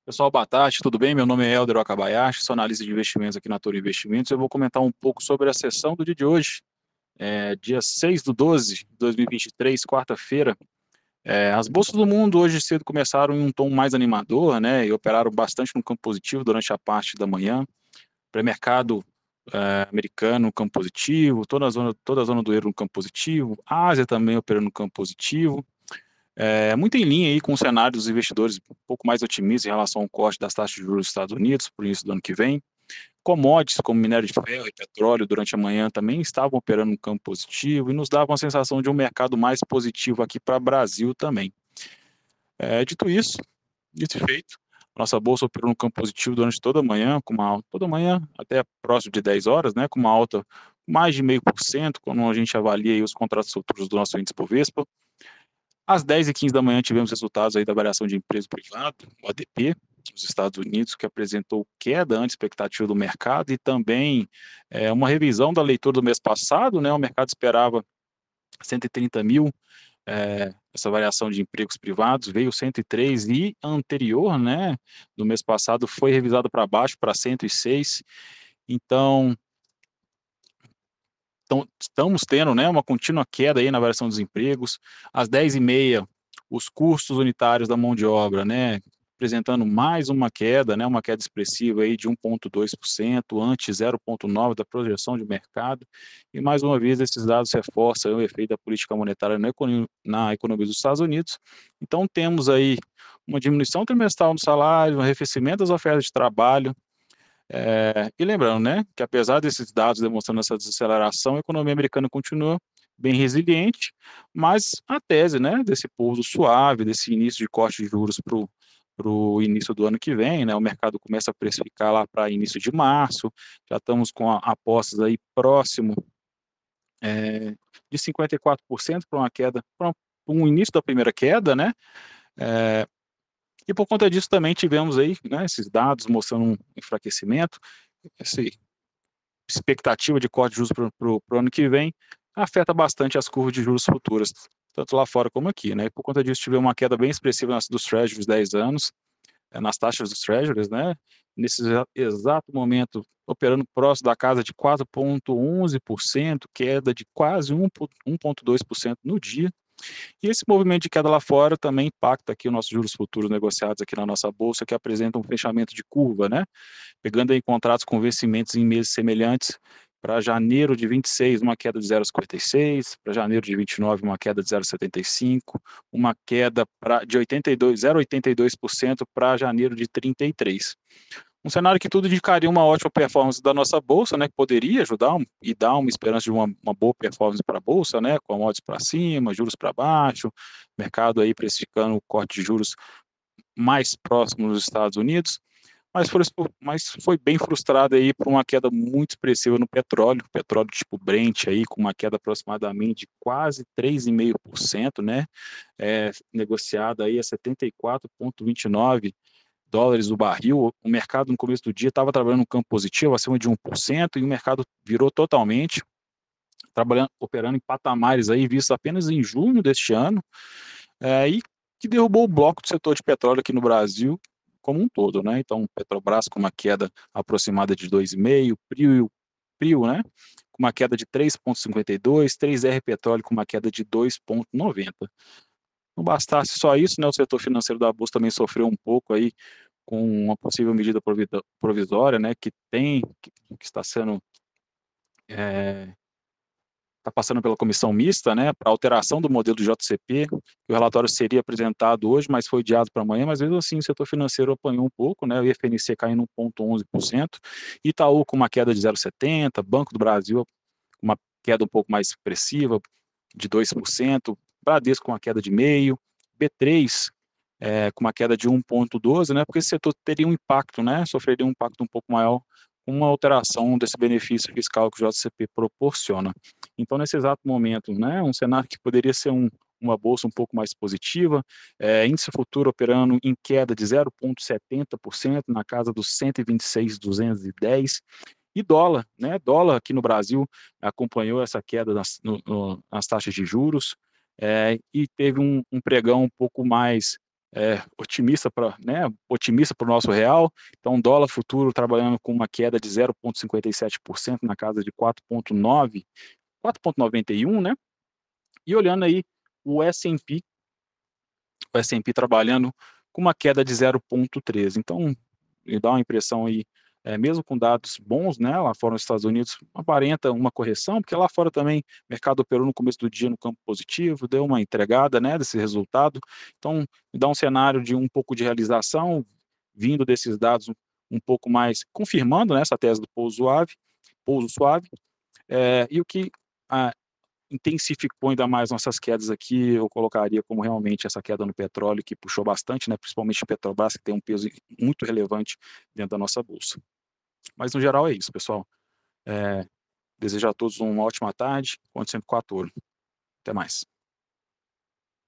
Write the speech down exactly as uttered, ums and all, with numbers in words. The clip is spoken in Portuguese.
Pessoal, boa tarde, tudo bem? Meu nome é Helder Wakabayashi, sou analista de investimentos aqui na Toro Investimentos. Eu vou comentar um pouco sobre a sessão do dia de hoje, é, dia seis do doze de dois mil e vinte e três, quarta-feira. É, as bolsas do mundo hoje cedo começaram em um tom mais animador, né, e operaram bastante no campo positivo durante a parte da manhã. Pré-mercado é, americano no campo positivo, toda a zona, toda a zona do euro no campo positivo, a Ásia também operando no campo positivo. É muito em linha aí com o cenário dos investidores um pouco mais otimistas em relação ao corte das taxas de juros dos Estados Unidos para o início do ano que vem. Commodities como minério de ferro e petróleo durante a manhã também estavam operando no campo positivo e nos davam a sensação de um mercado mais positivo aqui para o Brasil também. É, dito isso, dito e feito, nossa bolsa operou no campo positivo durante toda a manhã, com uma alta, toda manhã até próximo de dez horas, né, com uma alta mais de meio por cento, quando a gente avalia aí os contratos futuros do nosso índice Bovespa. Às dez e quinze da manhã tivemos resultados aí da variação de emprego privado, o A D P, dos Estados Unidos, que apresentou queda ante expectativa do mercado e também é, uma revisão da leitura do mês passado, né? O mercado esperava cento e trinta mil, é, essa variação de empregos privados veio cento e três e a anterior, né, do mês passado foi revisada para baixo para cento e seis. Então, então, estamos tendo, né, uma contínua queda aí na variação dos empregos. Às dez e meia, os custos unitários da mão de obra, né, apresentando mais uma queda, né, uma queda expressiva aí de um vírgula dois por cento, ante zero vírgula nove por cento da projeção de mercado. E mais uma vez esses dados reforçam o efeito da política monetária na economia, na economia dos Estados Unidos. Então temos aí uma diminuição trimestral no salário, um arrefecimento das ofertas de trabalho. É, e lembrando, né, que apesar desses dados demonstrando essa desaceleração, a economia americana continua bem resiliente, mas a tese, né, desse pouso suave, desse início de corte de juros para o início do ano que vem, né, o mercado começa a precificar lá para início de março, já estamos com a, apostas aí próximo é, de cinquenta e quatro por cento para uma queda, para um início da primeira queda, né, é, e por conta disso também tivemos aí, né, esses dados mostrando um enfraquecimento, esse expectativa de corte de juros para o ano que vem afeta bastante as curvas de juros futuras, tanto lá fora como aqui, né? E por conta disso, tivemos uma queda bem expressiva nas, dos Treasuries dez anos, eh, nas taxas dos Treasuries, né? Nesse exato momento, operando próximo da casa de quatro vírgula onze por cento, queda de quase um vírgula dois por cento no dia. E esse movimento de queda lá fora também impacta aqui os nossos juros futuros negociados aqui na nossa bolsa, que apresentam um fechamento de curva, né? Pegando aí contratos com vencimentos em meses semelhantes, para janeiro de vinte e seis, uma queda de zero vírgula cinquenta e seis, para janeiro de vinte e nove, uma queda de zero vírgula setenta e cinco, uma queda pra, de oitenta e dois, zero vírgula oitenta e dois por cento para janeiro de trinta e três. Um cenário que tudo indicaria uma ótima performance da nossa bolsa, né, que poderia ajudar um, e dar uma esperança de uma, uma boa performance para a bolsa, né, commodities para cima, juros para baixo, mercado aí precificando o corte de juros mais próximo nos Estados Unidos, mas foi, mas foi bem frustrado aí por uma queda muito expressiva no petróleo, petróleo tipo Brent aí com uma queda aproximadamente de quase três vírgula cinco por cento, né, é, negociada aí a setenta e quatro vírgula vinte e nove dólares o barril. O mercado no começo do dia estava trabalhando no campo positivo, acima de um por cento, e o mercado virou totalmente, trabalhando, operando em patamares aí vistos apenas em junho deste ano, é, e que derrubou o bloco do setor de petróleo aqui no Brasil como um todo, né? Então, Petrobras com uma queda aproximada de dois vírgula cinco, Prio, Prio, né? Com uma queda de três vírgula cinquenta e dois, três R Petróleo com uma queda de dois vírgula noventa. Não bastasse só isso, né? O setor financeiro da bolsa também sofreu um pouco aí com uma possível medida provisória, né? Que tem, que, que está sendo é, está passando pela comissão mista, né, para alteração do modelo do J C P, que o relatório seria apresentado hoje, mas foi adiado para amanhã, mas mesmo assim o setor financeiro apanhou um pouco, né, o I F N C caindo um vírgula onze por cento, Itaú com uma queda de zero vírgula setenta por cento, Banco do Brasil com uma queda um pouco mais expressiva, de dois por cento, Bradesco com uma queda de meio, B três é, com uma queda de um vírgula doze por cento, né, porque esse setor teria um impacto, né, sofreria um impacto um pouco maior com uma alteração desse benefício fiscal que o J C P proporciona. Então, nesse exato momento, né, um cenário que poderia ser um, uma bolsa um pouco mais positiva, é, índice futuro operando em queda de zero vírgula setenta por cento na casa dos cento e vinte e seis mil duzentos e dez, e dólar, né, dólar aqui no Brasil acompanhou essa queda nas, no, no, nas taxas de juros, é, e teve um, um pregão um pouco mais é, otimista para, né, otimista para o nosso real, então dólar futuro trabalhando com uma queda de zero vírgula cinquenta e sete por cento na casa de quatro vírgula nove, quatro vírgula noventa e um, né, e olhando aí o S and P, o S and P trabalhando com uma queda de zero vírgula treze, então me dá uma impressão aí, eh, mesmo com dados bons, né, lá fora nos Estados Unidos, aparenta uma correção, porque lá fora também o mercado operou no começo do dia no campo positivo, deu uma entregada, né, desse resultado, então me dá um cenário de um pouco de realização, vindo desses dados um um pouco mais confirmando, né, essa tese do pouso suave pouso suave, eh, e o que, ah, intensificou ainda mais nossas quedas aqui, eu colocaria como realmente essa queda no petróleo que puxou bastante, né, principalmente a Petrobras, que tem um peso muito relevante dentro da nossa bolsa. Mas no geral é isso, pessoal. Eh, desejo a todos uma ótima tarde, conte sempre com a Toro. Até mais.